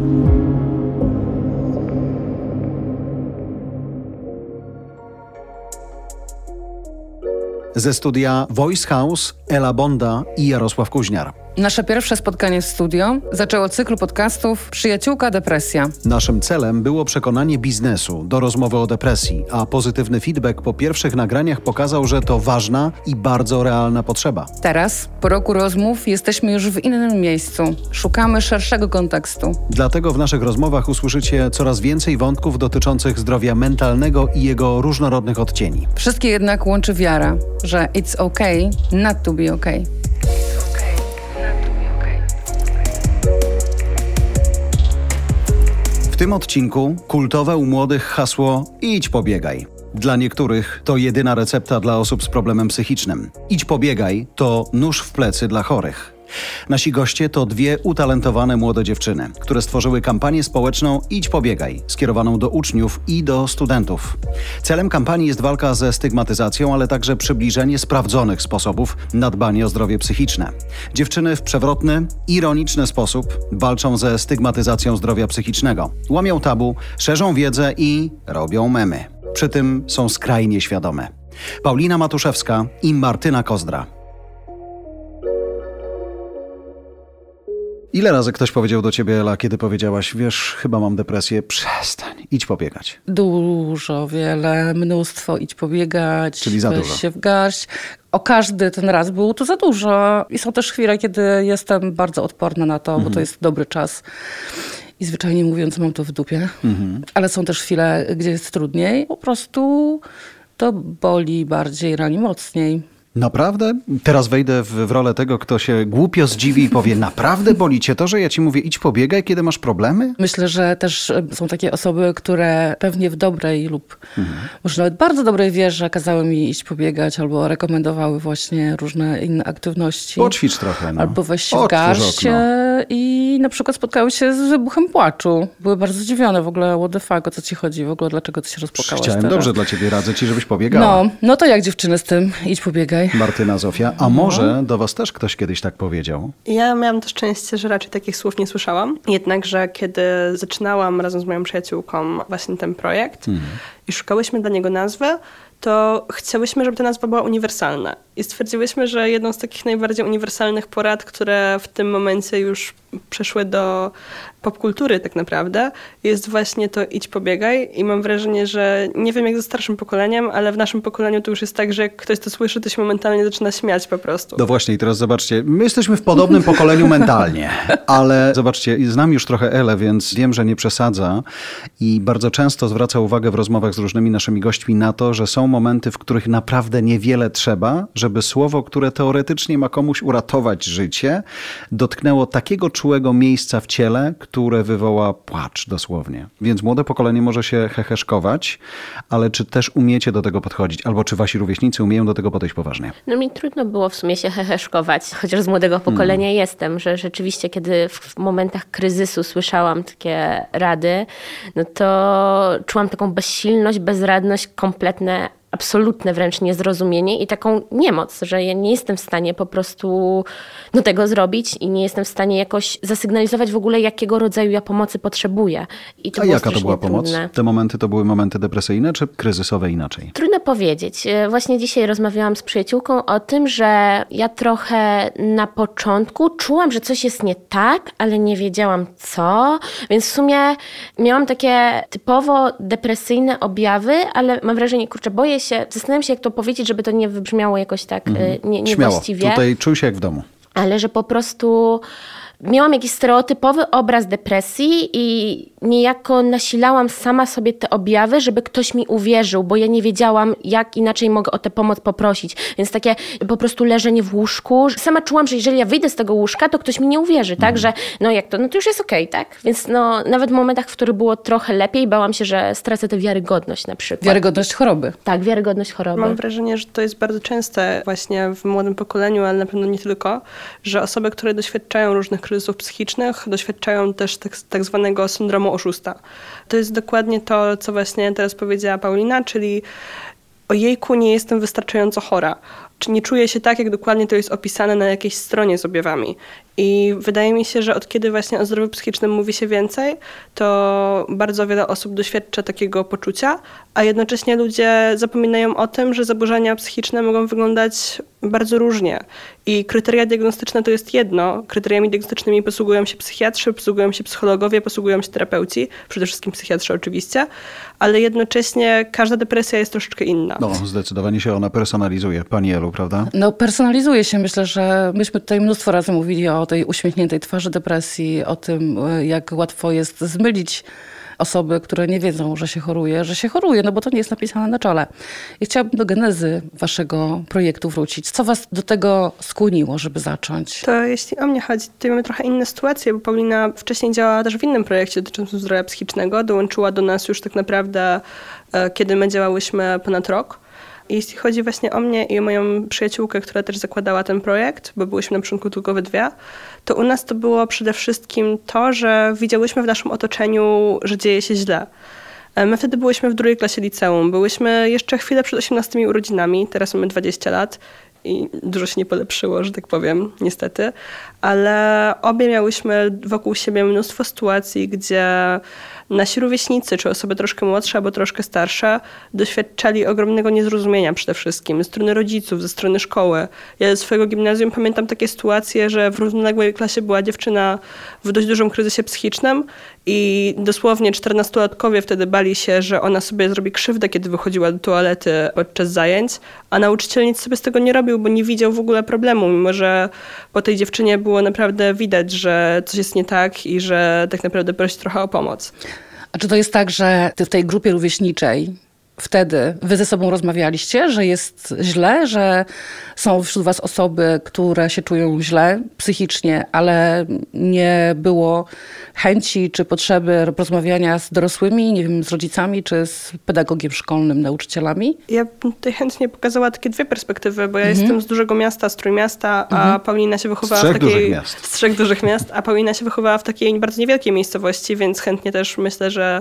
Ze studia Voice House Ela Bonda i Jarosław Kuźniar. Nasze pierwsze spotkanie w studio zaczęło cykl podcastów Przyjaciółka Depresja. Naszym celem było przekonanie biznesu do rozmowy o depresji, a pozytywny feedback po pierwszych nagraniach pokazał, że to ważna i bardzo realna potrzeba. Teraz, po roku rozmów, jesteśmy już w innym miejscu. Szukamy szerszego kontekstu. Dlatego w naszych rozmowach usłyszycie coraz więcej wątków dotyczących zdrowia mentalnego i jego różnorodnych odcieni. Wszystkie jednak łączy wiara, że it's okay not to be okay. W tym odcinku kultowe u młodych hasło „idź pobiegaj”. Dla niektórych to jedyna recepta dla osób z problemem psychicznym. „Idź pobiegaj” to nóż w plecy dla chorych. Nasi goście to dwie utalentowane młode dziewczyny, które stworzyły kampanię społeczną „Idź pobiegaj”, skierowaną do uczniów i do studentów. Celem kampanii jest walka ze stygmatyzacją, ale także przybliżenie sprawdzonych sposobów na dbanie o zdrowie psychiczne. Dziewczyny w przewrotny, ironiczny sposób walczą ze stygmatyzacją zdrowia psychicznego. Łamią tabu, szerzą wiedzę i robią memy. Przy tym są skrajnie świadome. Paulina Matuszewska i Martyna Kozdra. Ile razy ktoś powiedział do ciebie, Ela, kiedy powiedziałaś: wiesz, chyba mam depresję, przestań, idź pobiegać? Dużo, wiele, mnóstwo, idź pobiegać. Czyli za weź dużo. się w garść. O każdy ten raz było to za dużo. I są też chwile, kiedy jestem bardzo odporna na to, bo to jest dobry czas. I zwyczajnie mówiąc, mam to w dupie. Ale są też chwile, gdzie jest trudniej. Po prostu to boli bardziej, rani mocniej. Naprawdę? Teraz wejdę w rolę tego, kto się głupio zdziwi i powie: naprawdę boli cię to, że ja ci mówię idź pobiegaj, kiedy masz problemy? Myślę, że też są takie osoby, które pewnie w dobrej lub może nawet bardzo dobrej wierze kazały mi iść pobiegać albo rekomendowały właśnie różne inne aktywności. Poćwicz trochę. No. Albo weź się w garść i na przykład spotkały się z wybuchem płaczu. Były bardzo zdziwione w ogóle, what the fuck, o co ci chodzi, w ogóle dlaczego ty się rozpłakałaś Chciałem teraz? dobrze dla ciebie, radzę ci, żebyś pobiegała. No to jak dziewczyny z tym, idź pobiegaj. Martyna, Zofia, a może do was też ktoś kiedyś tak powiedział? Ja miałam to szczęście, że raczej takich słów nie słyszałam. Jednakże kiedy zaczynałam razem z moją przyjaciółką właśnie ten projekt i szukałyśmy dla niego nazwy, to chciałyśmy, żeby ta nazwa była uniwersalna. I stwierdziłyśmy, że jedną z takich najbardziej uniwersalnych porad, które w tym momencie już przeszły do popkultury tak naprawdę, jest właśnie to idź pobiegaj. I mam wrażenie, że nie wiem jak ze starszym pokoleniem, ale w naszym pokoleniu to już jest tak, że jak ktoś to słyszy, to się momentalnie zaczyna śmiać po prostu. No właśnie i teraz zobaczcie, my jesteśmy w podobnym pokoleniu mentalnie, ale zobaczcie, znam już trochę Elę, więc wiem, że nie przesadza i bardzo często zwraca uwagę w rozmowach z różnymi naszymi gośćmi na to, że są momenty, w których naprawdę niewiele trzeba, żeby słowo, które teoretycznie ma komuś uratować życie, dotknęło takiego czułego miejsca w ciele, które wywoła płacz dosłownie. Więc młode pokolenie może się heheszkować, ale czy też umiecie do tego podchodzić? Albo czy wasi rówieśnicy umieją do tego podejść poważnie? No mi trudno było w sumie się heheszkować, chociaż z młodego pokolenia jestem, że rzeczywiście kiedy w momentach kryzysu słyszałam takie rady, no to czułam taką bezsilność, bezradność, kompletne, absolutne wręcz niezrozumienie i taką niemoc, że ja nie jestem w stanie po prostu tego zrobić i nie jestem w stanie jakoś zasygnalizować w ogóle, jakiego rodzaju ja pomocy potrzebuję. I to A było jaka to była pomoc? trudne. Te momenty to były momenty depresyjne czy kryzysowe inaczej? Trudno powiedzieć. Właśnie dzisiaj rozmawiałam z przyjaciółką o tym, że ja trochę na początku czułam, że coś jest nie tak, ale nie wiedziałam co, więc w sumie miałam takie typowo depresyjne objawy, ale mam wrażenie, zastanawiam się, jak to powiedzieć, żeby to nie wybrzmiało jakoś tak niewłaściwie. Śmiało, tutaj czuj się jak w domu. Ale że po prostu miałam jakiś stereotypowy obraz depresji i niejako nasilałam sama sobie te objawy, żeby ktoś mi uwierzył, bo ja nie wiedziałam, jak inaczej mogę o tę pomoc poprosić. Więc takie po prostu leżenie w łóżku. Sama czułam, że jeżeli ja wyjdę z tego łóżka, to ktoś mi nie uwierzy, tak? Że to już jest okej, tak? Więc nawet w momentach, w których było trochę lepiej, bałam się, że stracę tę wiarygodność na przykład. Wiarygodność choroby. Tak, wiarygodność choroby. Mam wrażenie, że to jest bardzo częste właśnie w młodym pokoleniu, ale na pewno nie tylko, że osoby, które doświadczają różnych kryzysów psychicznych, doświadczają też tak zwanego syndromu oszusta. To jest dokładnie to, co właśnie teraz powiedziała Paulina, czyli ojejku, nie jestem wystarczająco chora. Czy nie czuję się tak, jak dokładnie to jest opisane na jakiejś stronie z objawami. I wydaje mi się, że od kiedy właśnie o zdrowiu psychicznym mówi się więcej, to bardzo wiele osób doświadcza takiego poczucia, a jednocześnie ludzie zapominają o tym, że zaburzenia psychiczne mogą wyglądać bardzo różnie. I kryteria diagnostyczne to jest jedno. Kryteriami diagnostycznymi posługują się psychiatrzy, posługują się psychologowie, posługują się terapeuci, przede wszystkim psychiatrzy oczywiście, ale jednocześnie każda depresja jest troszeczkę inna. No, zdecydowanie się ona personalizuje. Pani Elu, prawda? No, personalizuje się. Myślę, że myśmy tutaj mnóstwo razy mówili o tej uśmiechniętej twarzy depresji, o tym, jak łatwo jest zmylić osoby, które nie wiedzą, że się choruje, no bo to nie jest napisane na czole. I chciałabym do genezy waszego projektu wrócić. Co was do tego skłoniło, żeby zacząć? To jeśli o mnie chodzi, tutaj mamy trochę inne sytuacje, bo Paulina wcześniej działała też w innym projekcie dotyczącym zdrowia psychicznego. Dołączyła do nas już tak naprawdę, kiedy my działałyśmy ponad rok. I jeśli chodzi właśnie o mnie i o moją przyjaciółkę, która też zakładała ten projekt, bo byłyśmy na początku tylko we dwie, to u nas to było przede wszystkim to, że widziałyśmy w naszym otoczeniu, że dzieje się źle. My wtedy byłyśmy w 2. klasie liceum. Byłyśmy jeszcze chwilę przed 18 urodzinami, teraz mamy 20 lat i dużo się nie polepszyło, że tak powiem, niestety. Ale obie miałyśmy wokół siebie mnóstwo sytuacji, gdzie nasi rówieśnicy, czy osoby troszkę młodsze albo troszkę starsze, doświadczali ogromnego niezrozumienia przede wszystkim ze strony rodziców, ze strony szkoły. Ja ze swojego gimnazjum pamiętam takie sytuacje, że w równoległej klasie była dziewczyna w dość dużym kryzysie psychicznym i dosłownie 14-latkowie wtedy bali się, że ona sobie zrobi krzywdę, kiedy wychodziła do toalety podczas zajęć, a nauczyciel nic sobie z tego nie robił, bo nie widział w ogóle problemu, mimo że po tej dziewczynie było naprawdę widać, że coś jest nie tak i że tak naprawdę prosi trochę o pomoc. A czy to jest tak, że ty w tej grupie rówieśniczej wtedy wy ze sobą rozmawialiście, że jest źle, że są wśród was osoby, które się czują źle psychicznie, ale nie było chęci czy potrzeby rozmawiania z dorosłymi, nie wiem, z rodzicami czy z pedagogiem szkolnym, nauczycielami? Ja bym tutaj chętnie pokazała takie dwie perspektywy, bo ja jestem z dużego miasta, z Trójmiasta, a Paulina się wychowała z 3 dużych miast, a Paulina się wychowała w takiej bardzo niewielkiej miejscowości, więc chętnie też myślę, że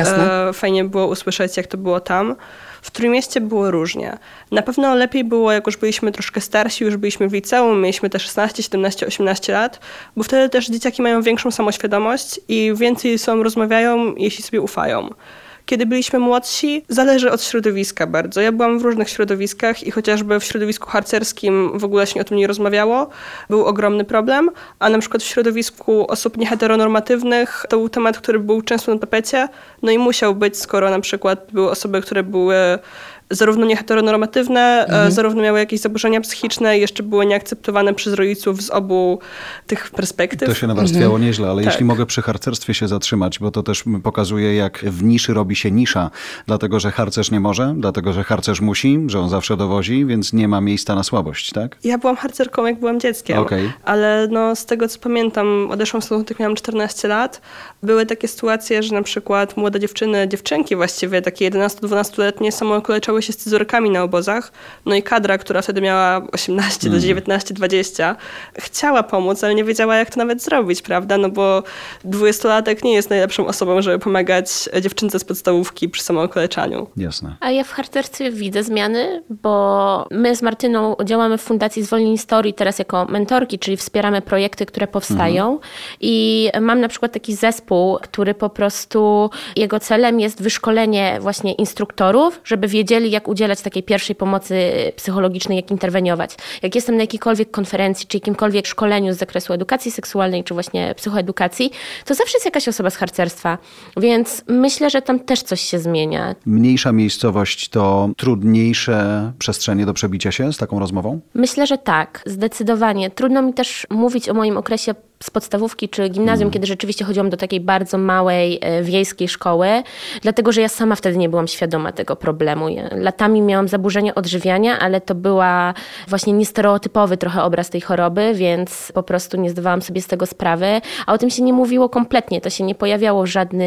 fajnie było usłyszeć, jak to było tam. W Trójmieście było różnie. Na pewno lepiej było, jak już byliśmy troszkę starsi, już byliśmy w liceum, mieliśmy te 16, 17, 18 lat, bo wtedy też dzieciaki mają większą samoświadomość i więcej ze sobą rozmawiają, jeśli sobie ufają. Kiedy byliśmy młodsi, zależy od środowiska bardzo. Ja byłam w różnych środowiskach i chociażby w środowisku harcerskim w ogóle się o tym nie rozmawiało. Był ogromny problem, a na przykład w środowisku osób nieheteronormatywnych to był temat, który był często na tapecie, no i musiał być, skoro na przykład były osoby, które były zarówno nieheteronormatywne, zarówno miały jakieś zaburzenia psychiczne i jeszcze były nieakceptowane przez rodziców z obu tych perspektyw. To się nawarstwiało nieźle, ale jeśli mogę przy harcerstwie się zatrzymać, bo to też pokazuje, jak w niszy robi się nisza, dlatego że harcerz nie może, dlatego że harcerz musi, że on zawsze dowozi, więc nie ma miejsca na słabość, tak? Ja byłam harcerką, jak byłam dzieckiem, ale no, z tego co pamiętam, odeszłam z tych, miałam 14 lat, były takie sytuacje, że na przykład młode dziewczynki właściwie, takie 11-12-letnie samookaleczzały się scyzorekami na obozach. No i kadra, która wtedy miała 18 do 19-20, chciała pomóc, ale nie wiedziała, jak to nawet zrobić, prawda? No bo 20-latek nie jest najlepszą osobą, żeby pomagać dziewczynce z podstawówki przy samookaleczaniu. Jasne. A ja w harcerstwie widzę zmiany, bo my z Martyną działamy w Fundacji Zwolnień Story teraz jako mentorki, czyli wspieramy projekty, które powstają. I mam na przykład taki zespół, który po prostu, jego celem jest wyszkolenie właśnie instruktorów, żeby wiedzieli, jak udzielać takiej pierwszej pomocy psychologicznej, jak interweniować. Jak jestem na jakiejkolwiek konferencji, czy jakimkolwiek szkoleniu z zakresu edukacji seksualnej, czy właśnie psychoedukacji, to zawsze jest jakaś osoba z harcerstwa. Więc myślę, że tam też coś się zmienia. Mniejsza miejscowość to trudniejsze przestrzenie do przebicia się z taką rozmową? Myślę, że tak, zdecydowanie. Trudno mi też mówić o moim okresie z podstawówki czy gimnazjum, kiedy rzeczywiście chodziłam do takiej bardzo małej, wiejskiej szkoły, dlatego że ja sama wtedy nie byłam świadoma tego problemu. Ja latami miałam zaburzenia odżywiania, ale to była właśnie niestereotypowy trochę obraz tej choroby, więc po prostu nie zdawałam sobie z tego sprawy, a o tym się nie mówiło kompletnie. To się nie pojawiało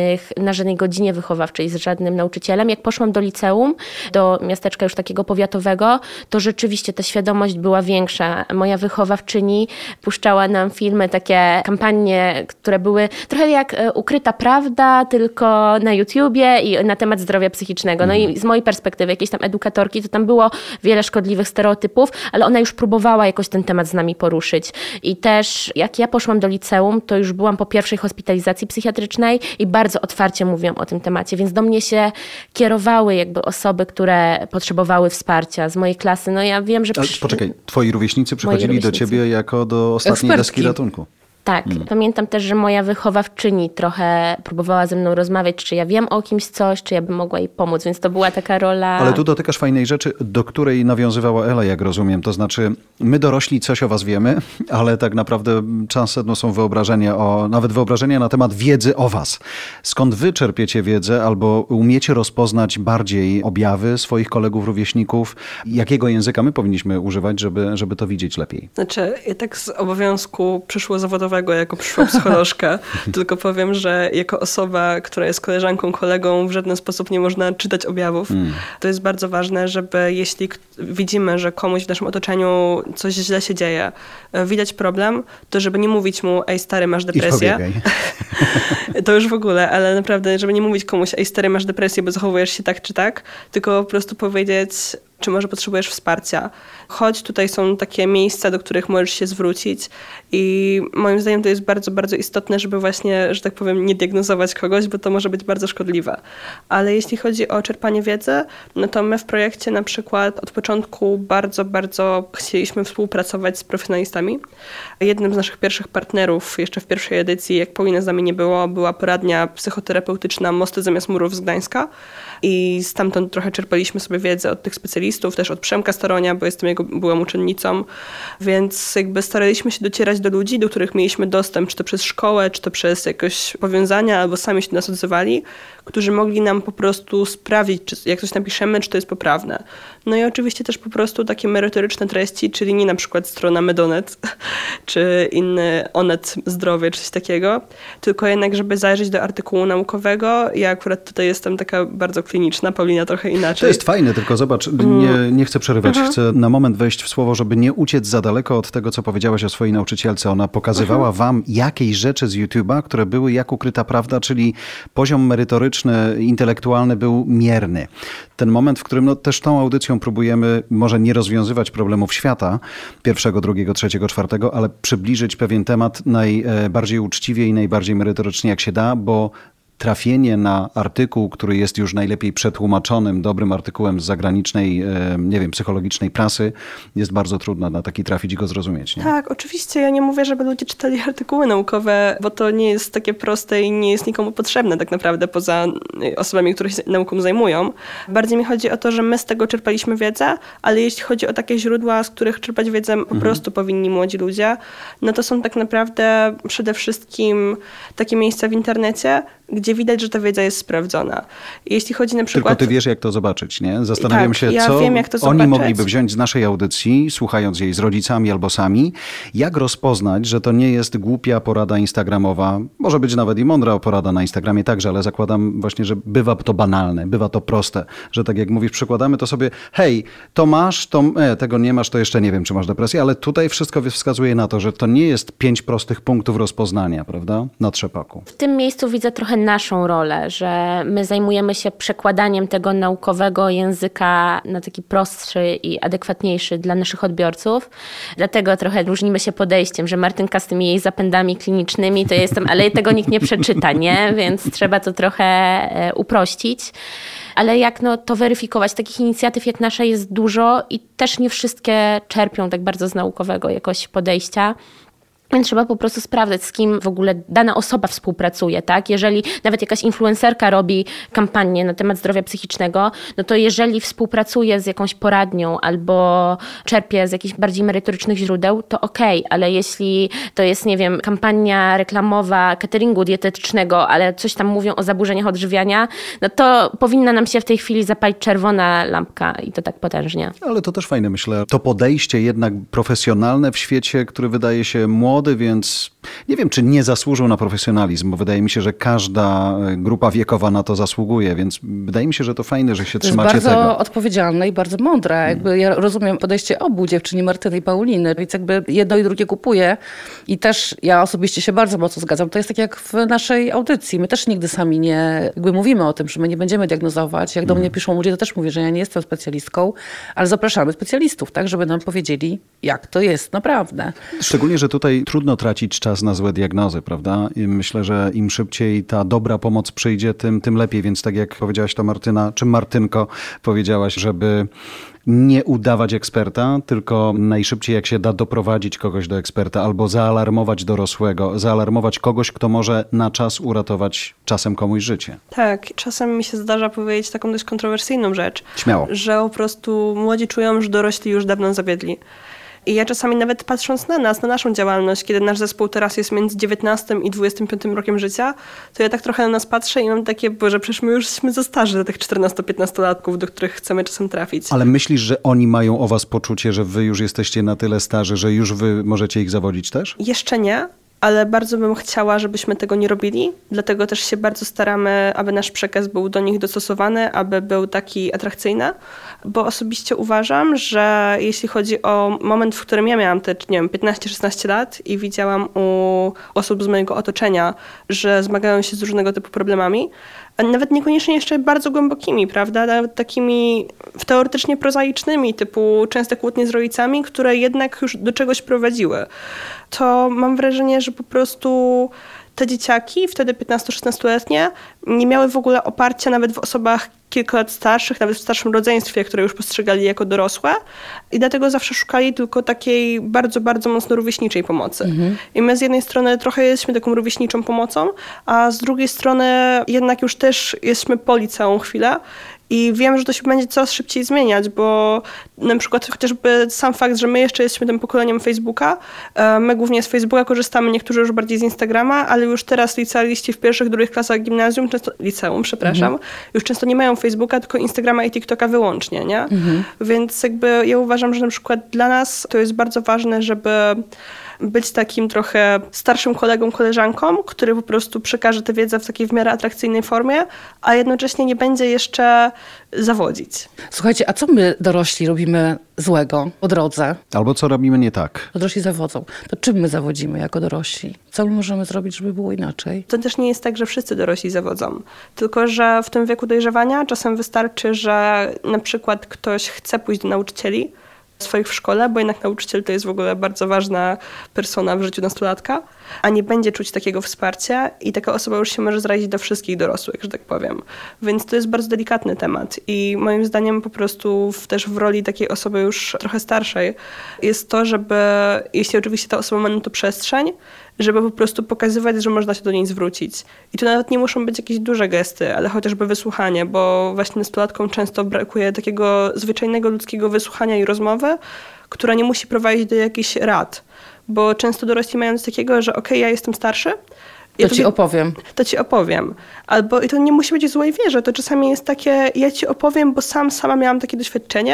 na żadnej godzinie wychowawczej z żadnym nauczycielem. Jak poszłam do liceum, do miasteczka już takiego powiatowego, to rzeczywiście ta świadomość była większa. Moja wychowawczyni puszczała nam filmy takie takie kampanie, które były trochę jak Ukryta Prawda, tylko na YouTubie i na temat zdrowia psychicznego. No i z mojej perspektywy, jakiejś tam edukatorki, to tam było wiele szkodliwych stereotypów, ale ona już próbowała jakoś ten temat z nami poruszyć. I też jak ja poszłam do liceum, to już byłam po pierwszej hospitalizacji psychiatrycznej i bardzo otwarcie mówiłam o tym temacie, więc do mnie się kierowały jakby osoby, które potrzebowały wsparcia z mojej klasy. No ja wiem, że... Poczekaj, twoi rówieśnicy przychodzili do ciebie jako do ostatniej deski ratunku. Tak. Pamiętam też, że moja wychowawczyni trochę próbowała ze mną rozmawiać, czy ja wiem o kimś coś, czy ja bym mogła jej pomóc, więc to była taka rola... Ale tu dotykasz fajnej rzeczy, do której nawiązywała Ela, jak rozumiem. To znaczy, my dorośli coś o was wiemy, ale tak naprawdę często są nawet wyobrażenia na temat wiedzy o was. Skąd wy czerpiecie wiedzę albo umiecie rozpoznać bardziej objawy swoich kolegów, rówieśników? Jakiego języka my powinniśmy używać, żeby to widzieć lepiej? Znaczy, ja tak z obowiązku przyszło zawodowego jako przyszła psycholożka, tylko powiem, że jako osoba, która jest koleżanką, kolegą, w żaden sposób nie można czytać objawów. To jest bardzo ważne, żeby jeśli widzimy, że komuś w naszym otoczeniu coś źle się dzieje, widać problem, to żeby nie mówić mu, ej stary, masz depresję. To już w ogóle, ale naprawdę, żeby nie mówić komuś, ej stary, masz depresję, bo zachowujesz się tak czy tak, tylko po prostu powiedzieć, czy może potrzebujesz wsparcia. Chodź, tutaj są takie miejsca, do których możesz się zwrócić i moim zdaniem to jest bardzo, bardzo istotne, żeby właśnie, że tak powiem, nie diagnozować kogoś, bo to może być bardzo szkodliwe. Ale jeśli chodzi o czerpanie wiedzy, no to my w projekcie na przykład od początku bardzo, bardzo chcieliśmy współpracować z profesjonalistami. Jednym z naszych pierwszych partnerów, jeszcze w pierwszej edycji, jak Pauliny z nami nie było, była poradnia psychoterapeutyczna Mosty zamiast murów z Gdańska i stamtąd trochę czerpaliśmy sobie wiedzę od tych specjalistów, też od Przemka Staronia, bo byłam uczennicą, więc jakby staraliśmy się docierać do ludzi, do których mieliśmy dostęp, czy to przez szkołę, czy to przez jakieś powiązania, albo sami się do nas odzywali, którzy mogli nam po prostu sprawdzić, czy jak coś napiszemy, czy to jest poprawne. No i oczywiście też po prostu takie merytoryczne treści, czyli nie na przykład strona Medonet, czy inny Onet Zdrowie, czy coś takiego, tylko jednak, żeby zajrzeć do artykułu naukowego. Ja akurat tutaj jestem taka bardzo kliniczna, Paulina trochę inaczej. To jest fajne, tylko zobacz, nie chcę przerywać, chcę na moment wejść w słowo, żeby nie uciec za daleko od tego, co powiedziałaś o swojej nauczycielce. Ona pokazywała wam jakieś rzeczy z YouTube'a, które były jak Ukryta Prawda, czyli poziom merytoryczny, intelektualny był mierny. Ten moment, w którym też tą audycją próbujemy może nie rozwiązywać problemów świata, pierwszego, drugiego, trzeciego, czwartego, ale przybliżyć pewien temat najbardziej uczciwie i najbardziej merytorycznie jak się da, bo trafienie na artykuł, który jest już najlepiej przetłumaczonym, dobrym artykułem z zagranicznej, nie wiem, psychologicznej prasy, jest bardzo trudno na taki trafić i go zrozumieć. Nie? Tak, oczywiście. Ja nie mówię, żeby ludzie czytali artykuły naukowe, bo to nie jest takie proste i nie jest nikomu potrzebne tak naprawdę, poza osobami, które się nauką zajmują. Bardziej mi chodzi o to, że my z tego czerpaliśmy wiedzę, ale jeśli chodzi o takie źródła, z których czerpać wiedzę po prostu powinni młodzi ludzie, no to są tak naprawdę przede wszystkim takie miejsca w internecie, gdzie widać, że ta wiedza jest sprawdzona. Jeśli chodzi na przykład... Tylko ty wiesz, jak to zobaczyć, nie? Zastanawiam się, ja co wiem, jak to oni zobaczyć. mogliby wziąć z naszej audycji, słuchając jej z rodzicami albo sami. Jak rozpoznać, że to nie jest głupia porada instagramowa, może być nawet i mądra porada na Instagramie także, ale zakładam właśnie, że bywa to banalne, bywa to proste, że tak jak mówisz, przykładamy to sobie, hej, to masz, tego nie masz, to jeszcze nie wiem, czy masz depresję, ale tutaj wszystko wskazuje na to, że to nie jest 5 prostych punktów rozpoznania, prawda? Na trzepaku. W tym miejscu widzę trochę naszą rolę, że my zajmujemy się przekładaniem tego naukowego języka na taki prostszy i adekwatniejszy dla naszych odbiorców. Dlatego trochę różnimy się podejściem, że Martynka z tymi jej zapędami klinicznymi to jestem, ale tego nikt nie przeczyta, nie? Więc trzeba to trochę uprościć. Ale jak to weryfikować? Takich inicjatyw jak nasza jest dużo i też nie wszystkie czerpią tak bardzo z naukowego jakoś podejścia. Więc trzeba po prostu sprawdzać, z kim w ogóle dana osoba współpracuje, tak? Jeżeli nawet jakaś influencerka robi kampanię na temat zdrowia psychicznego, no to jeżeli współpracuje z jakąś poradnią albo czerpie z jakichś bardziej merytorycznych źródeł, to okej, ale jeśli to jest, nie wiem, kampania reklamowa cateringu dietetycznego, ale coś tam mówią o zaburzeniach odżywiania, no to powinna nam się w tej chwili zapalić czerwona lampka i to tak potężnie. Ale to też fajne, myślę. To podejście jednak profesjonalne w świecie, który wydaje się młody, młody, więc nie wiem, czy nie zasłużył na profesjonalizm, bo wydaje mi się, że każda grupa wiekowa na to zasługuje, więc wydaje mi się, że to fajne, że się To jest trzymacie bardzo tego. odpowiedzialne i bardzo mądre. Jakby ja rozumiem podejście obu dziewczyni, Martyny i Pauliny, więc jakby jedno i drugie kupuję. I też ja osobiście się bardzo mocno zgadzam. To jest tak jak w naszej audycji. My też nigdy sami nie mówimy o tym, że my nie będziemy diagnozować. Jak do mnie piszą ludzie, to też mówię, że ja nie jestem specjalistką, ale zapraszamy specjalistów, tak, żeby nam powiedzieli, jak to jest naprawdę. Szczególnie, że tutaj trudno tracić czas na złe diagnozy, prawda? I myślę, że im szybciej ta dobra pomoc przyjdzie, tym lepiej. Więc tak jak powiedziałaś to Martyna, czy Martynko powiedziałaś, żeby nie udawać eksperta, tylko najszybciej jak się da doprowadzić kogoś do eksperta albo zaalarmować dorosłego, zaalarmować kogoś, kto może na czas uratować czasem komuś życie. Tak, czasem mi się zdarza powiedzieć taką dość kontrowersyjną rzecz. Śmiało. Że po prostu młodzi czują, że dorośli już dawno zawiedli. I ja czasami nawet patrząc na nas, na naszą działalność, kiedy nasz zespół teraz jest między 19 i 25 rokiem życia, to ja tak trochę na nas patrzę i mam takie, Boże, przecież my już jesteśmy za starzy dla tych 14-15-latków, do których chcemy czasem trafić. Ale myślisz, że oni mają o was poczucie, że wy już jesteście na tyle starzy, że już wy możecie ich zawodzić też? Jeszcze nie, ale bardzo bym chciała, żebyśmy tego nie robili. Dlatego też się bardzo staramy, aby nasz przekaz był do nich dostosowany, aby był taki atrakcyjny. Bo osobiście uważam, że jeśli chodzi o moment, w którym ja miałam te, nie wiem, 15-16 lat i widziałam u osób z mojego otoczenia, że zmagają się z różnego typu problemami, a nawet niekoniecznie jeszcze bardzo głębokimi, prawda? Nawet takimi teoretycznie prozaicznymi, typu częste kłótnie z rodzicami, które jednak już do czegoś prowadziły. To mam wrażenie, że po prostu te dzieciaki, wtedy 15-16-letnie, nie miały w ogóle oparcia nawet w osobach kilka lat starszych, nawet w starszym rodzeństwie, które już postrzegali jako dorosłe i dlatego zawsze szukali tylko takiej bardzo, bardzo mocno rówieśniczej pomocy. I my z jednej strony trochę jesteśmy taką rówieśniczą pomocą, a z drugiej strony jednak już też jesteśmy po liceum chwilę i wiem, że to się będzie coraz szybciej zmieniać, bo na przykład chociażby sam fakt, że my jeszcze jesteśmy tym pokoleniem Facebooka, my głównie z Facebooka korzystamy, niektórzy już bardziej z Instagrama, ale już teraz licealiści w pierwszych, druhich klasach gimnazjum, już często nie mają Facebooka, tylko Instagrama i TikToka wyłącznie, nie? Więc jakby ja uważam, że na przykład dla nas to jest bardzo ważne, żeby być takim trochę starszym kolegą, koleżanką, który po prostu przekaże tę wiedzę w takiej w miarę atrakcyjnej formie, a jednocześnie nie będzie jeszcze zawodzić. Słuchajcie, a co my dorośli robimy złego po drodze? Albo co robimy nie tak? Dorośli zawodzą. To czym my zawodzimy jako dorośli? Co my możemy zrobić, żeby było inaczej? To też nie jest tak, że wszyscy dorośli zawodzą. Tylko że w tym wieku dojrzewania czasem wystarczy, że na przykład ktoś chce pójść do nauczycieli swoich w szkole, bo jednak nauczyciel to jest w ogóle bardzo ważna persona w życiu nastolatka, a nie będzie czuć takiego wsparcia i taka osoba już się może zarazić do wszystkich dorosłych, że tak powiem. Więc to jest bardzo delikatny temat i moim zdaniem po prostu też w roli takiej osoby już trochę starszej jest to, żeby, jeśli oczywiście ta osoba ma na to przestrzeń, żeby po prostu pokazywać, że można się do niej zwrócić. I to nawet nie muszą być jakieś duże gesty, ale chociażby wysłuchanie, bo właśnie nastolatkom często brakuje takiego zwyczajnego ludzkiego wysłuchania i rozmowy, która nie musi prowadzić do jakichś rad. Bo często dorośli mają coś takiego, że okej, ja jestem starszy, To ci opowiem. To ci opowiem. Albo i to nie musi być w złej wierze. To czasami jest takie, ja ci opowiem, bo sama miałam takie doświadczenie,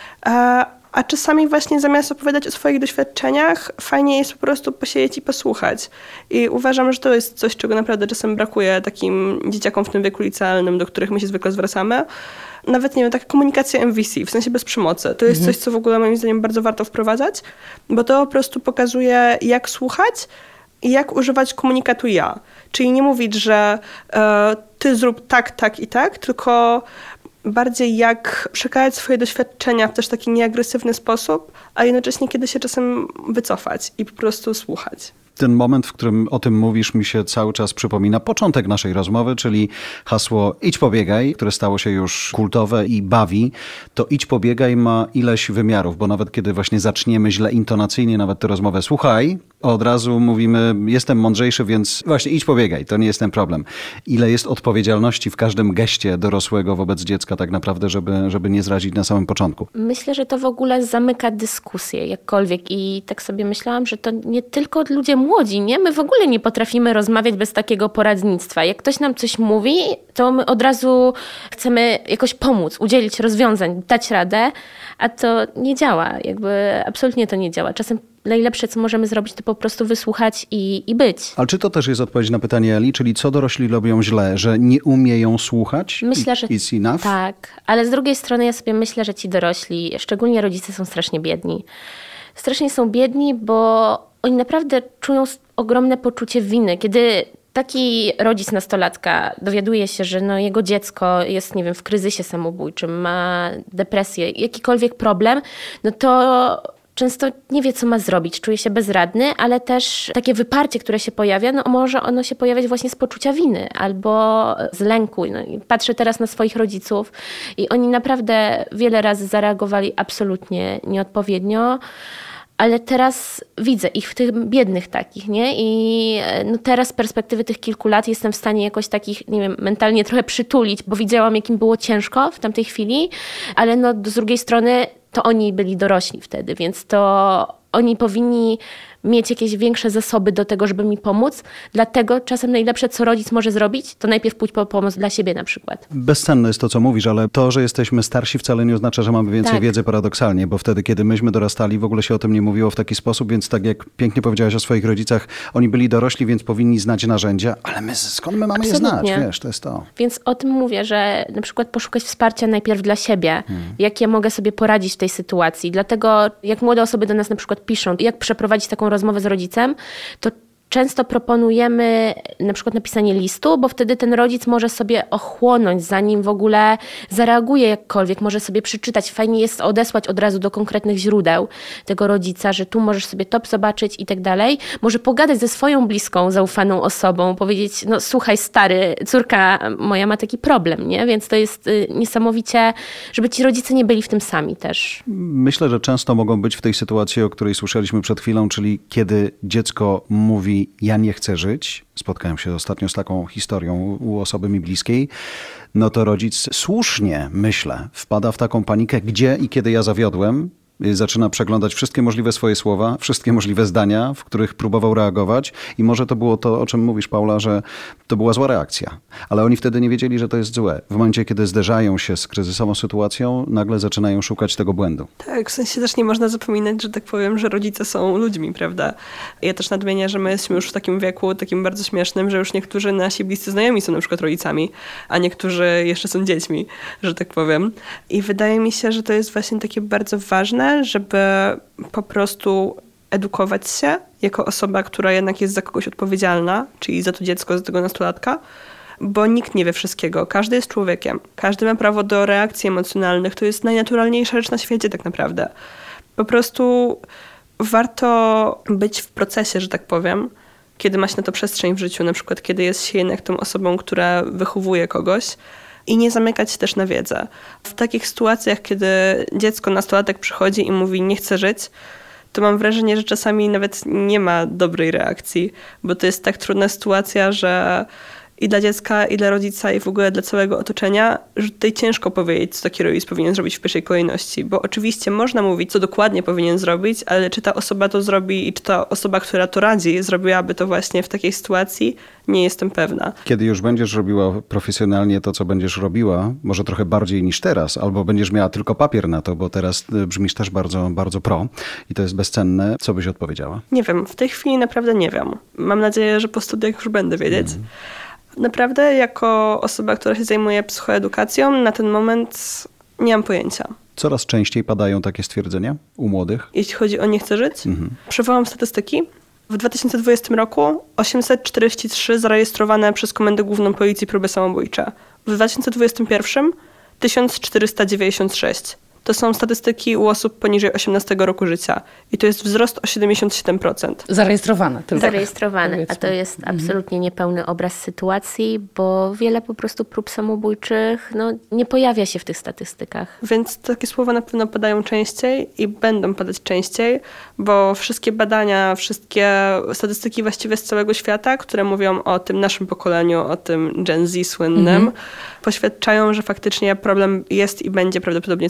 a czasami właśnie zamiast opowiadać o swoich doświadczeniach, fajnie jest po prostu posiedzieć i posłuchać. I uważam, że to jest coś, czego naprawdę czasem brakuje takim dzieciakom w tym wieku licealnym, do których my się zwykle zwracamy. Nawet, nie wiem, taka komunikacja MVC, w sensie bez przemocy. To jest coś, co w ogóle moim zdaniem bardzo warto wprowadzać, bo to po prostu pokazuje, jak słuchać i jak używać komunikatu ja. Czyli nie mówić, że ty zrób tak, tak i tak, tylko bardziej jak przekazać swoje doświadczenia w też taki nieagresywny sposób, a jednocześnie kiedy się czasem wycofać i po prostu słuchać. Ten moment, w którym o tym mówisz, mi się cały czas przypomina początek naszej rozmowy, czyli hasło idź pobiegaj, które stało się już kultowe i bawi. To idź pobiegaj ma ileś wymiarów, bo nawet kiedy właśnie zaczniemy źle intonacyjnie nawet tę rozmowę, słuchaj, od razu mówimy, jestem mądrzejszy, więc właśnie idź pobiegaj, to nie jest ten problem. Ile jest odpowiedzialności w każdym geście dorosłego wobec dziecka tak naprawdę, żeby nie zrazić na samym początku? Myślę, że to w ogóle zamyka dyskusję jakkolwiek i tak sobie myślałam, że to nie tylko ludzie młodzi, nie? My w ogóle nie potrafimy rozmawiać bez takiego poradnictwa. Jak ktoś nam coś mówi, to my od razu chcemy jakoś pomóc, udzielić rozwiązań, dać radę, a to nie działa. Jakby absolutnie to nie działa. Czasem najlepsze, co możemy zrobić, to po prostu wysłuchać i być. Ale czy to też jest odpowiedź na pytanie Eli, czyli co dorośli robią źle, że nie umieją słuchać? Myślę, że It's enough? tak, ale z drugiej strony ja sobie myślę, że ci dorośli, szczególnie rodzice, są strasznie biedni. Strasznie są biedni, bo oni naprawdę czują ogromne poczucie winy, kiedy taki rodzic nastolatka dowiaduje się, że jego dziecko jest, nie wiem, w kryzysie samobójczym, ma depresję, jakikolwiek problem, to często nie wie, co ma zrobić, czuje się bezradny, ale też takie wyparcie, które się pojawia, może ono się pojawiać właśnie z poczucia winy albo z lęku. I patrzę teraz na swoich rodziców i oni naprawdę wiele razy zareagowali absolutnie nieodpowiednio, ale teraz widzę ich w tych biednych takich, nie? I teraz z perspektywy tych kilku lat jestem w stanie jakoś takich, nie wiem, mentalnie trochę przytulić, bo widziałam, jak im było ciężko w tamtej chwili, ale z drugiej strony to oni byli dorośli wtedy, więc to oni powinni mieć jakieś większe zasoby do tego, żeby mi pomóc. Dlatego czasem najlepsze, co rodzic może zrobić, to najpierw pójść po pomoc dla siebie na przykład. Bezcenne jest to, co mówisz, ale to, że jesteśmy starsi, wcale nie oznacza, że mamy więcej wiedzy paradoksalnie, bo wtedy, kiedy myśmy dorastali, w ogóle się o tym nie mówiło w taki sposób, więc tak jak pięknie powiedziałaś o swoich rodzicach, oni byli dorośli, więc powinni znać narzędzia, ale skąd my mamy je znać? Wiesz, to jest to. Więc o tym mówię, że na przykład poszukać wsparcia najpierw dla siebie, jak ja mogę sobie poradzić w tej sytuacji. Dlatego jak młode osoby do nas na przykład piszą, jak przeprowadzić taką rozmowę z rodzicem, to często proponujemy na przykład napisanie listu, bo wtedy ten rodzic może sobie ochłonąć, zanim w ogóle zareaguje jakkolwiek, może sobie przeczytać. Fajnie jest odesłać od razu do konkretnych źródeł tego rodzica, że tu możesz sobie to zobaczyć i tak dalej. Może pogadać ze swoją bliską, zaufaną osobą, powiedzieć, słuchaj stary, córka moja ma taki problem, nie? Więc to jest niesamowicie, żeby ci rodzice nie byli w tym sami też. Myślę, że często mogą być w tej sytuacji, o której słyszeliśmy przed chwilą, czyli kiedy dziecko mówi ja nie chcę żyć, spotkałem się ostatnio z taką historią u osoby mi bliskiej, to rodzic słusznie, myślę, wpada w taką panikę, gdzie i kiedy ja zawiodłem, zaczyna przeglądać wszystkie możliwe swoje słowa, wszystkie możliwe zdania, w których próbował reagować i może to było to, o czym mówisz, Paula, że to była zła reakcja. Ale oni wtedy nie wiedzieli, że to jest złe. W momencie, kiedy zderzają się z kryzysową sytuacją, nagle zaczynają szukać tego błędu. Tak, w sensie też nie można zapominać, że tak powiem, że rodzice są ludźmi, prawda? Ja też nadmienię, że my jesteśmy już w takim wieku, takim bardzo śmiesznym, że już niektórzy nasi bliscy znajomi są na przykład rodzicami, a niektórzy jeszcze są dziećmi, że tak powiem. I wydaje mi się, że to jest właśnie takie bardzo ważne, żeby po prostu edukować się jako osoba, która jednak jest za kogoś odpowiedzialna, czyli za to dziecko, za tego nastolatka, bo nikt nie wie wszystkiego. Każdy jest człowiekiem. Każdy ma prawo do reakcji emocjonalnych. To jest najnaturalniejsza rzecz na świecie tak naprawdę. Po prostu warto być w procesie, że tak powiem, kiedy ma się na to przestrzeń w życiu, na przykład kiedy jest się jednak tą osobą, która wychowuje kogoś, i nie zamykać się też na wiedzę. W takich sytuacjach, kiedy dziecko, nastolatek przychodzi i mówi nie chcę żyć, to mam wrażenie, że czasami nawet nie ma dobrej reakcji, bo to jest tak trudna sytuacja, że i dla dziecka, i dla rodzica, i w ogóle dla całego otoczenia, że tutaj ciężko powiedzieć, co taki rodzic powinien zrobić w pierwszej kolejności. Bo oczywiście można mówić, co dokładnie powinien zrobić, ale czy ta osoba to zrobi i czy ta osoba, która to radzi, zrobiłaby to właśnie w takiej sytuacji, nie jestem pewna. Kiedy już będziesz robiła profesjonalnie to, co będziesz robiła, może trochę bardziej niż teraz, albo będziesz miała tylko papier na to, bo teraz brzmisz też bardzo, bardzo pro i to jest bezcenne. Co byś odpowiedziała? Nie wiem, w tej chwili naprawdę nie wiem. Mam nadzieję, że po studiach już będę wiedzieć. Naprawdę, jako osoba, która się zajmuje psychoedukacją, na ten moment nie mam pojęcia. Coraz częściej padają takie stwierdzenia u młodych? Jeśli chodzi o nie chcę żyć, przywołam statystyki. W 2020 roku 843 zarejestrowane przez Komendę Główną Policji próby samobójcze. W 2021 1496. To są statystyki u osób poniżej 18 roku życia. I to jest wzrost o 77%. Zarejestrowane tylko. Zarejestrowane, a to jest absolutnie niepełny obraz sytuacji, bo wiele po prostu prób samobójczych nie pojawia się w tych statystykach. Więc takie słowa na pewno padają częściej i będą padać częściej, bo wszystkie badania, wszystkie statystyki właściwie z całego świata, które mówią o tym naszym pokoleniu, o tym Gen Z słynnym, poświadczają, że faktycznie problem jest i będzie prawdopodobnie coraz większy.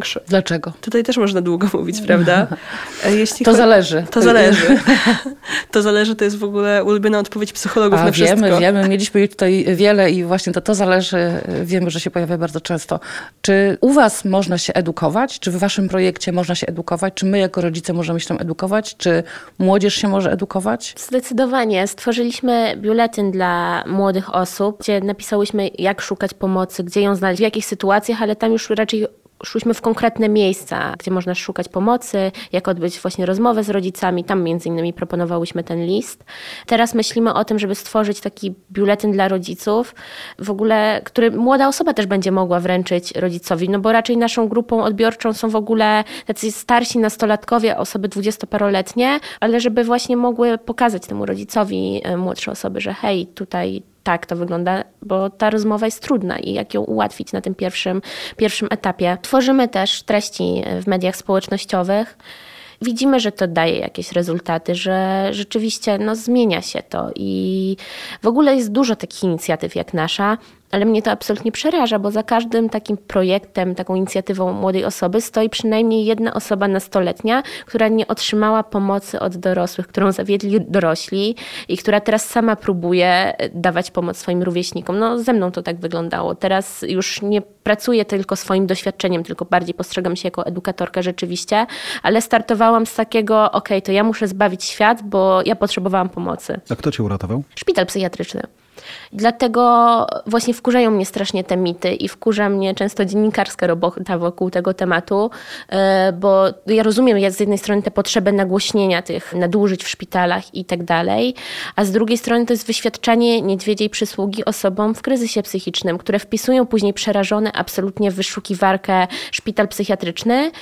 większy. Dlaczego? Tutaj też można długo mówić, prawda? To zależy. To zależy. To zależy, to jest w ogóle ulubiona odpowiedź psychologów na wszystko. Wiemy. Mieliśmy tutaj wiele i właśnie to zależy. Wiemy, że się pojawia bardzo często. Czy u was można się edukować? Czy w waszym projekcie można się edukować? Czy my jako rodzice możemy się tam edukować? Czy młodzież się może edukować? Zdecydowanie. Stworzyliśmy biuletyn dla młodych osób, gdzie napisałyśmy, jak szukać pomocy, gdzie ją znaleźć, w jakich sytuacjach, ale tam już raczej szłyśmy w konkretne miejsca, gdzie można szukać pomocy, jak odbyć właśnie rozmowę z rodzicami. Tam między innymi proponowałyśmy ten list. Teraz myślimy o tym, żeby stworzyć taki biuletyn dla rodziców, w ogóle, który młoda osoba też będzie mogła wręczyć rodzicowi, no bo raczej naszą grupą odbiorczą są w ogóle tacy starsi nastolatkowie, osoby 20-paroletnie, ale żeby właśnie mogły pokazać temu rodzicowi młodsze osoby, że hej, tutaj tak to wygląda, bo ta rozmowa jest trudna i jak ją ułatwić na tym pierwszym etapie. Tworzymy też treści w mediach społecznościowych. Widzimy, że to daje jakieś rezultaty, że rzeczywiście zmienia się to i w ogóle jest dużo takich inicjatyw jak nasza, ale mnie to absolutnie przeraża, bo za każdym takim projektem, taką inicjatywą młodej osoby stoi przynajmniej jedna osoba nastoletnia, która nie otrzymała pomocy od dorosłych, którą zawiedli dorośli i która teraz sama próbuje dawać pomoc swoim rówieśnikom. Ze mną to tak wyglądało. Teraz już nie pracuję tylko swoim doświadczeniem, tylko bardziej postrzegam się jako edukatorka rzeczywiście, ale startowałam z takiego, to ja muszę zbawić świat, bo ja potrzebowałam pomocy. A kto cię uratował? Szpital psychiatryczny. Dlatego właśnie wkurzają mnie strasznie te mity i wkurza mnie często dziennikarska robota wokół tego tematu, bo ja rozumiem z jednej strony tę potrzebę nagłośnienia tych nadużyć w szpitalach i tak dalej, a z drugiej strony to jest wyświadczanie niedźwiedziej przysługi osobom w kryzysie psychicznym, które wpisują później przerażone absolutnie w wyszukiwarkę szpital psychiatryczny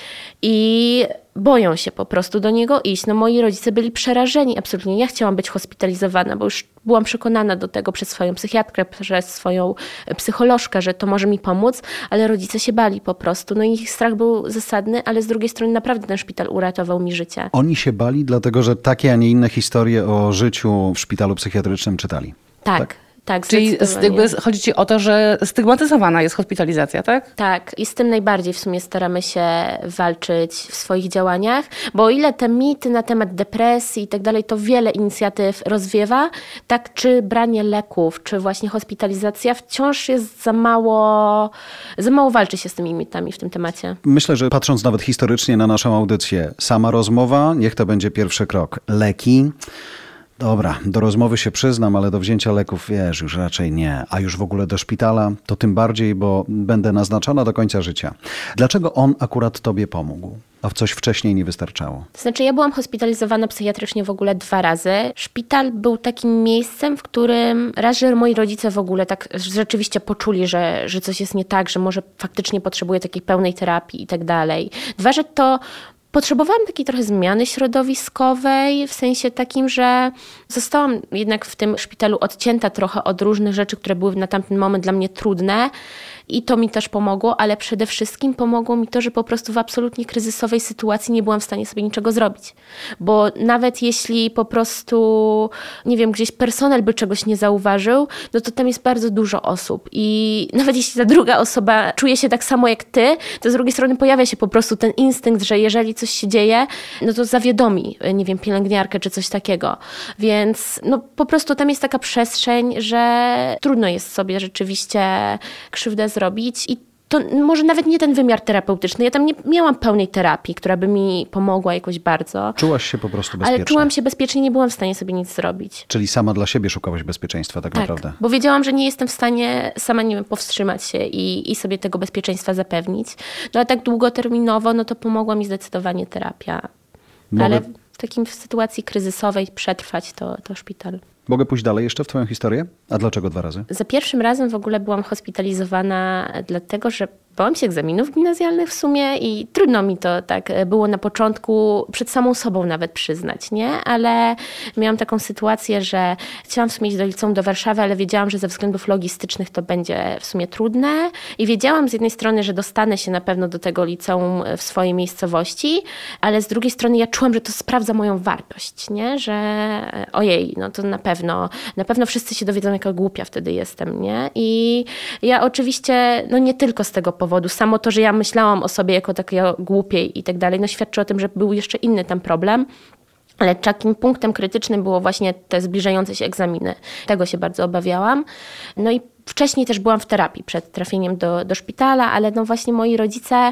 i boją się po prostu do niego iść. Moi rodzice byli przerażeni absolutnie. Ja chciałam być hospitalizowana, bo już byłam przekonana do tego przez swoją psychiatrkę, przez swoją psycholożkę, że to może mi pomóc, ale rodzice się bali po prostu. I ich strach był zasadny, ale z drugiej strony naprawdę ten szpital uratował mi życie. Oni się bali, dlatego że takie, a nie inne historie o życiu w szpitalu psychiatrycznym czytali. Tak. Czyli chodzi ci o to, że stygmatyzowana jest hospitalizacja, tak? Tak. I z tym najbardziej w sumie staramy się walczyć w swoich działaniach, bo o ile te mity na temat depresji i tak dalej, to wiele inicjatyw rozwiewa, tak czy branie leków, czy właśnie hospitalizacja wciąż jest za mało walczy się z tymi mitami w tym temacie. Myślę, że patrząc nawet historycznie na naszą audycję, sama rozmowa, niech to będzie pierwszy krok. Leki. Dobra, do rozmowy się przyznam, ale do wzięcia leków, już raczej nie. A już w ogóle do szpitala, to tym bardziej, bo będę naznaczona do końca życia. Dlaczego on akurat tobie pomógł? A w coś wcześniej nie wystarczało? To znaczy, ja byłam hospitalizowana psychiatrycznie w ogóle 2 razy. Szpital był takim miejscem, w którym raz, że moi rodzice w ogóle tak rzeczywiście poczuli, że coś jest nie tak, że może faktycznie potrzebuję takiej pełnej terapii i tak dalej. 2, że to potrzebowałam takiej trochę zmiany środowiskowej, w sensie takim, że zostałam jednak w tym szpitalu odcięta trochę od różnych rzeczy, które były na tamten moment dla mnie trudne. I to mi też pomogło, ale przede wszystkim pomogło mi to, że po prostu w absolutnie kryzysowej sytuacji nie byłam w stanie sobie niczego zrobić. Bo nawet jeśli po prostu, gdzieś personel by czegoś nie zauważył, to tam jest bardzo dużo osób. I nawet jeśli ta druga osoba czuje się tak samo jak ty, to z drugiej strony pojawia się po prostu ten instynkt, że jeżeli coś się dzieje, to zawiadomi, pielęgniarkę czy coś takiego. Więc po prostu tam jest taka przestrzeń, że trudno jest sobie rzeczywiście krzywdę zrobić i to może nawet nie ten wymiar terapeutyczny. Ja tam nie miałam pełnej terapii, która by mi pomogła jakoś bardzo. Czułaś się po prostu bezpiecznie. Ale czułam się bezpiecznie, nie byłam w stanie sobie nic zrobić. Czyli sama dla siebie szukałaś bezpieczeństwa tak naprawdę. Bo wiedziałam, że nie jestem w stanie sama, powstrzymać się i sobie tego bezpieczeństwa zapewnić. A tak długoterminowo, to pomogła mi zdecydowanie terapia. Ale w takiej sytuacji kryzysowej przetrwać to szpital. Mogę pójść dalej jeszcze w twoją historię? A dlaczego 2 razy? Za pierwszym razem w ogóle byłam hospitalizowana dlatego, że bałam się egzaminów gimnazjalnych w sumie i trudno mi to tak było na początku przed samą sobą nawet przyznać, nie? Ale miałam taką sytuację, że chciałam w sumie iść do liceum do Warszawy, ale wiedziałam, że ze względów logistycznych to będzie w sumie trudne i wiedziałam z jednej strony, że dostanę się na pewno do tego liceum w swojej miejscowości, ale z drugiej strony ja czułam, że to sprawdza moją wartość, nie? Że ojej, to na pewno wszyscy się dowiedzą, jaka głupia wtedy jestem, nie? I ja oczywiście, nie tylko z tego powodu, powodu. Samo to, że ja myślałam o sobie jako takiej głupiej i tak dalej, no świadczy o tym, że był jeszcze inny tam problem. Ale takim punktem krytycznym było właśnie te zbliżające się egzaminy. Tego się bardzo obawiałam. No i wcześniej też byłam w terapii przed trafieniem do szpitala, ale no właśnie moi rodzice,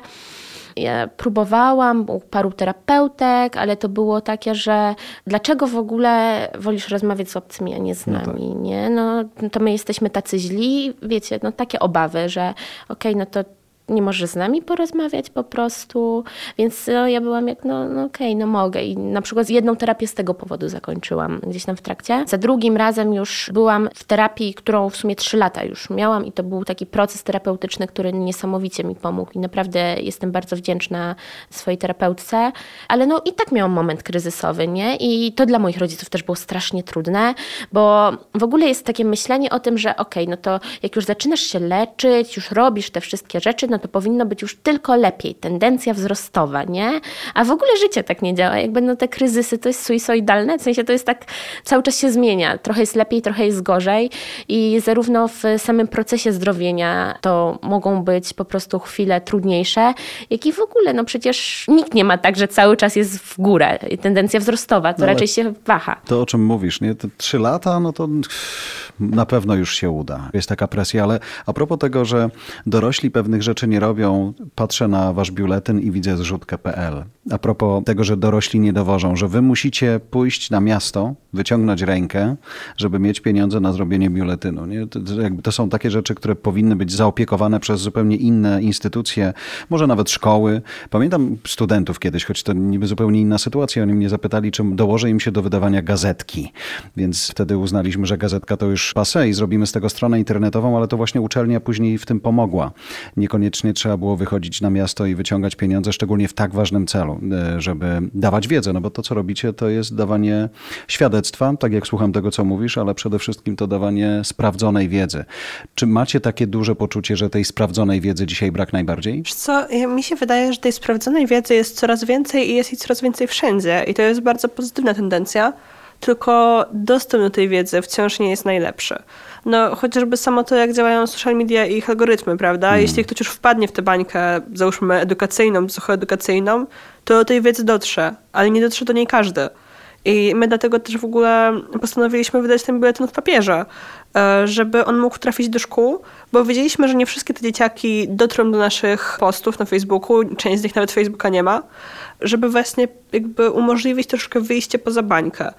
ja próbowałam u paru terapeutek, ale to było takie, że dlaczego w ogóle wolisz rozmawiać z obcymi, a nie z nami, nie? No to my jesteśmy tacy źli, wiecie, no takie obawy, że okej, no to nie możesz z nami porozmawiać po prostu. Więc ja byłam jak, no okej, no mogę. I na przykład jedną terapię z tego powodu zakończyłam gdzieś tam w trakcie. Za drugim razem już byłam w terapii, którą w sumie 3 lata już miałam i to był taki proces terapeutyczny, który niesamowicie mi pomógł i naprawdę jestem bardzo wdzięczna swojej terapeutce. Ale no i tak miałam moment kryzysowy, nie? I to dla moich rodziców też było strasznie trudne, bo w ogóle jest takie myślenie o tym, że okej, no to jak już zaczynasz się leczyć, już robisz te wszystkie rzeczy, no to powinno być już tylko lepiej, tendencja wzrostowa, nie? A w ogóle życie tak nie działa. Jakby no te kryzysy to jest suicidalne, w sensie to jest tak, cały czas się zmienia. Trochę jest lepiej, trochę jest gorzej i zarówno w samym procesie zdrowienia to mogą być po prostu chwile trudniejsze, jak i w ogóle, no przecież nikt nie ma tak, że cały czas jest w górę. Tendencja wzrostowa, to raczej się waha. To o czym mówisz, nie? To 3 lata, no to na pewno już się uda. Jest taka presja, ale a propos tego, że dorośli pewnych rzeczy nie robią, patrzę na wasz biuletyn i widzę zrzutkę.pl. A propos tego, że dorośli nie dowożą, że wy musicie pójść na miasto, wyciągnąć rękę, żeby mieć pieniądze na zrobienie biuletynu. Nie? To są takie rzeczy, które powinny być zaopiekowane przez zupełnie inne instytucje, może nawet szkoły. Pamiętam studentów kiedyś, choć to niby zupełnie inna sytuacja. Oni mnie zapytali, czy dołożę im się do wydawania gazetki. Więc wtedy uznaliśmy, że gazetka to już passé i zrobimy z tego stronę internetową, ale to właśnie uczelnia później w tym pomogła. Niekoniecznie trzeba było wychodzić na miasto i wyciągać pieniądze, szczególnie w tak ważnym celu, żeby dawać wiedzę, no bo to, co robicie, to jest dawanie świadectwa, tak jak słucham tego, co mówisz, ale przede wszystkim to dawanie sprawdzonej wiedzy. Czy macie takie duże poczucie, że tej sprawdzonej wiedzy dzisiaj brak najbardziej? Wiesz co, mi się wydaje, że tej sprawdzonej wiedzy jest coraz więcej i jest jej coraz więcej wszędzie i to jest bardzo pozytywna tendencja, tylko dostęp do tej wiedzy wciąż nie jest najlepszy. No chociażby samo to, jak działają social media i ich algorytmy, prawda? Jeśli ktoś już wpadnie w tę bańkę, załóżmy edukacyjną, psychoedukacyjną, to do tej wiedzy dotrze, ale nie dotrze do niej każdy. I my dlatego też w ogóle postanowiliśmy wydać ten biuletyn w papierze, żeby on mógł trafić do szkół, bo wiedzieliśmy, że nie wszystkie te dzieciaki dotrą do naszych postów na Facebooku, część z nich nawet Facebooka nie ma, żeby właśnie jakby umożliwić troszkę wyjście poza bańkę.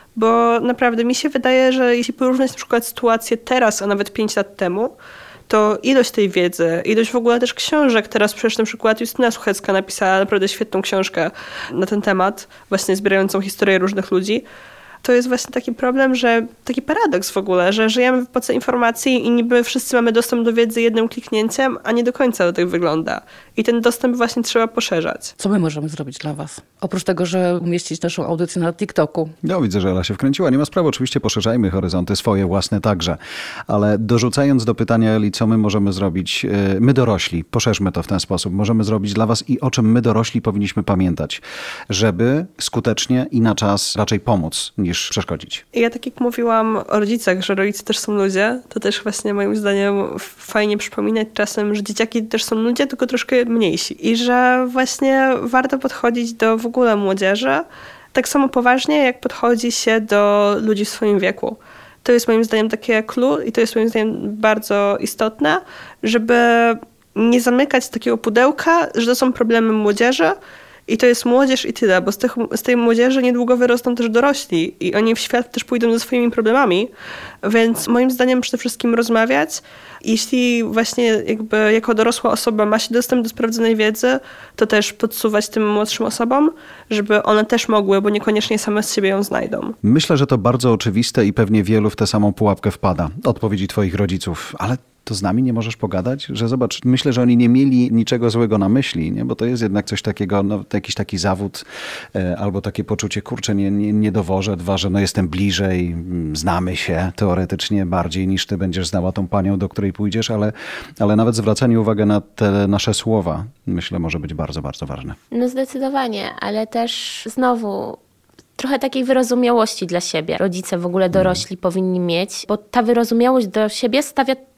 Bo naprawdę mi się wydaje, że jeśli porównać na przykład sytuację teraz, a nawet 5 lat temu, to ilość tej wiedzy, ilość w ogóle też książek, teraz przecież na przykład Justyna Suchecka napisała naprawdę świetną książkę na ten temat, właśnie zbierającą historię różnych ludzi. To jest właśnie taki problem, że taki paradoks w ogóle, że żyjemy w epoce informacji i niby wszyscy mamy dostęp do wiedzy jednym kliknięciem, a nie do końca to tak wygląda. I ten dostęp właśnie trzeba poszerzać. Co my możemy zrobić dla was? Oprócz tego, że umieścić naszą audycję na TikToku. No widzę, że Ela się wkręciła. Nie ma sprawy, oczywiście poszerzajmy horyzonty swoje własne także. Ale dorzucając do pytania Eli, co my możemy zrobić, my dorośli, poszerzmy to w ten sposób, możemy zrobić dla was i o czym my dorośli powinniśmy pamiętać, żeby skutecznie i na czas raczej pomóc niż przeszkodzić. Ja tak jak mówiłam o rodzicach, że rodzice też są ludzie, to też właśnie moim zdaniem fajnie przypominać czasem, że dzieciaki też są ludzie, tylko troszkę mniejsi. I że właśnie warto podchodzić do w ogóle młodzieży tak samo poważnie, jak podchodzi się do ludzi w swoim wieku. To jest moim zdaniem takie clue i to jest moim zdaniem bardzo istotne, żeby nie zamykać takiego pudełka, że to są problemy młodzieży, i to jest młodzież i tyle, bo z tej młodzieży niedługo wyrosną też dorośli i oni w świat też pójdą ze swoimi problemami. Więc moim zdaniem przede wszystkim rozmawiać. Jeśli właśnie jakby jako dorosła osoba ma się dostęp do sprawdzonej wiedzy, to też podsuwać tym młodszym osobom, żeby one też mogły, bo niekoniecznie same z siebie ją znajdą. Myślę, że to bardzo oczywiste i pewnie wielu w tę samą pułapkę wpada. Odpowiedzi twoich rodziców, ale to z nami nie możesz pogadać? Że zobacz, myślę, że oni nie mieli niczego złego na myśli, nie? Bo to jest jednak coś takiego, no, jakiś taki zawód albo takie poczucie, kurczę, nie dowożę, dwa, że no jestem bliżej, znamy się teoretycznie bardziej niż ty będziesz znała tą panią, do której pójdziesz, ale nawet zwracanie uwagi na te nasze słowa, myślę, może być bardzo, bardzo ważne. No zdecydowanie, ale też znowu trochę takiej wyrozumiałości dla siebie. Rodzice, w ogóle dorośli powinni mieć, bo ta wyrozumiałość do siebie stawia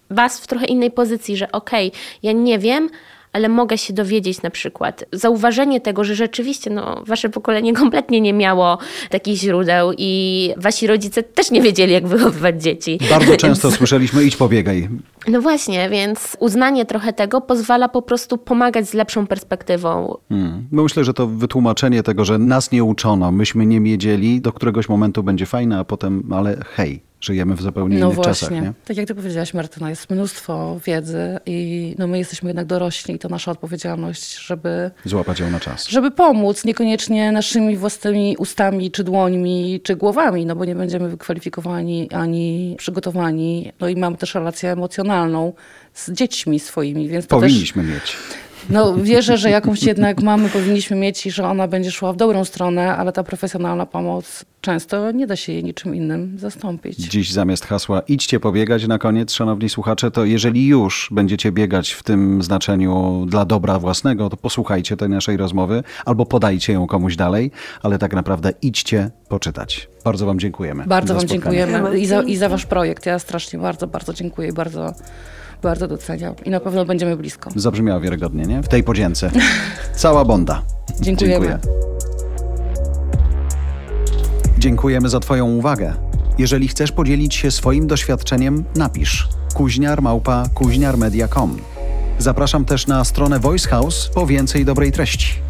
was w trochę innej pozycji, że okej, ja nie wiem, ale mogę się dowiedzieć na przykład. Zauważenie tego, że rzeczywiście wasze pokolenie kompletnie nie miało takich źródeł i wasi rodzice też nie wiedzieli, jak wychowywać dzieci. Bardzo często słyszeliśmy, idź pobiegaj. No właśnie, więc uznanie trochę tego pozwala po prostu pomagać z lepszą perspektywą. No myślę, że to wytłumaczenie tego, że nas nie uczono, myśmy nie wiedzieli, do któregoś momentu będzie fajne, a potem, ale hej, żyjemy w zupełnie innych czasach, nie? Tak jak ty powiedziałaś, Martyna, jest mnóstwo wiedzy i my jesteśmy jednak dorośli i to nasza odpowiedzialność, żeby Złapać ją na czas. Żeby pomóc, niekoniecznie naszymi własnymi ustami, czy dłońmi, czy głowami, bo nie będziemy wykwalifikowani ani przygotowani. No i mamy też relację emocjonalną z dziećmi swoimi, więc to Powinniśmy mieć. Wierzę, że jakąś jednak powinniśmy mieć i że ona będzie szła w dobrą stronę, ale ta profesjonalna pomoc często nie da się jej niczym innym zastąpić. Dziś zamiast hasła idźcie pobiegać na koniec, szanowni słuchacze, to jeżeli już będziecie biegać w tym znaczeniu dla dobra własnego, to posłuchajcie tej naszej rozmowy albo podajcie ją komuś dalej, ale tak naprawdę idźcie poczytać. Bardzo wam dziękujemy. Bardzo wam dziękujemy i za wasz projekt. Ja strasznie bardzo dziękuję i bardzo doceniam. I na pewno będziemy blisko. Zabrzmiało wiarygodnie, nie? W tej podzięce. Cała bonda. Dziękujemy. Dziękujemy za twoją uwagę. Jeżeli chcesz podzielić się swoim doświadczeniem, napisz kuźniar@kuźniarmedia.com. Zapraszam też na stronę Voice House po więcej dobrej treści.